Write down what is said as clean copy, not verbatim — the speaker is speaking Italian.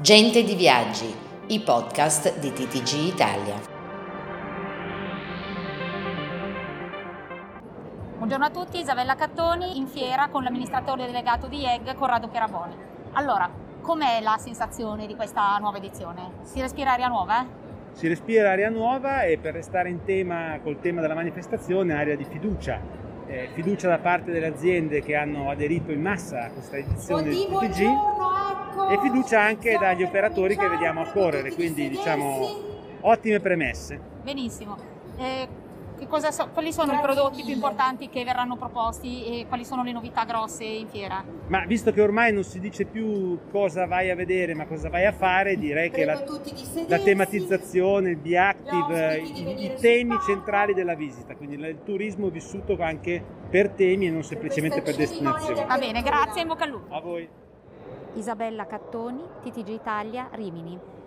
Gente di Viaggi, i podcast di TTG Italia. Buongiorno a tutti, Isabella Cattoni in fiera con l'amministratore delegato di IEG, Corrado Pieraboni. Allora, com'è la sensazione di questa nuova edizione? Si respira aria nuova? Si respira aria nuova e per restare in tema col tema della manifestazione, aria di fiducia. Fiducia da parte delle aziende che hanno aderito in massa a questa edizione di TTG e fiducia anche dagli operatori che vediamo a correre, quindi diciamo ottime premesse. Benissimo. Quali sono i prodotti più importanti che verranno proposti e quali sono le novità grosse in fiera? Ma visto che ormai non si dice più cosa vai a vedere ma cosa vai a fare, direi che la tematizzazione, il Be Active, i temi centrali della visita, quindi il turismo vissuto anche per temi e non semplicemente per destinazioni. Va bene, grazie e in bocca al lupo. A voi. Isabella Cattoni, TTG Italia, Rimini.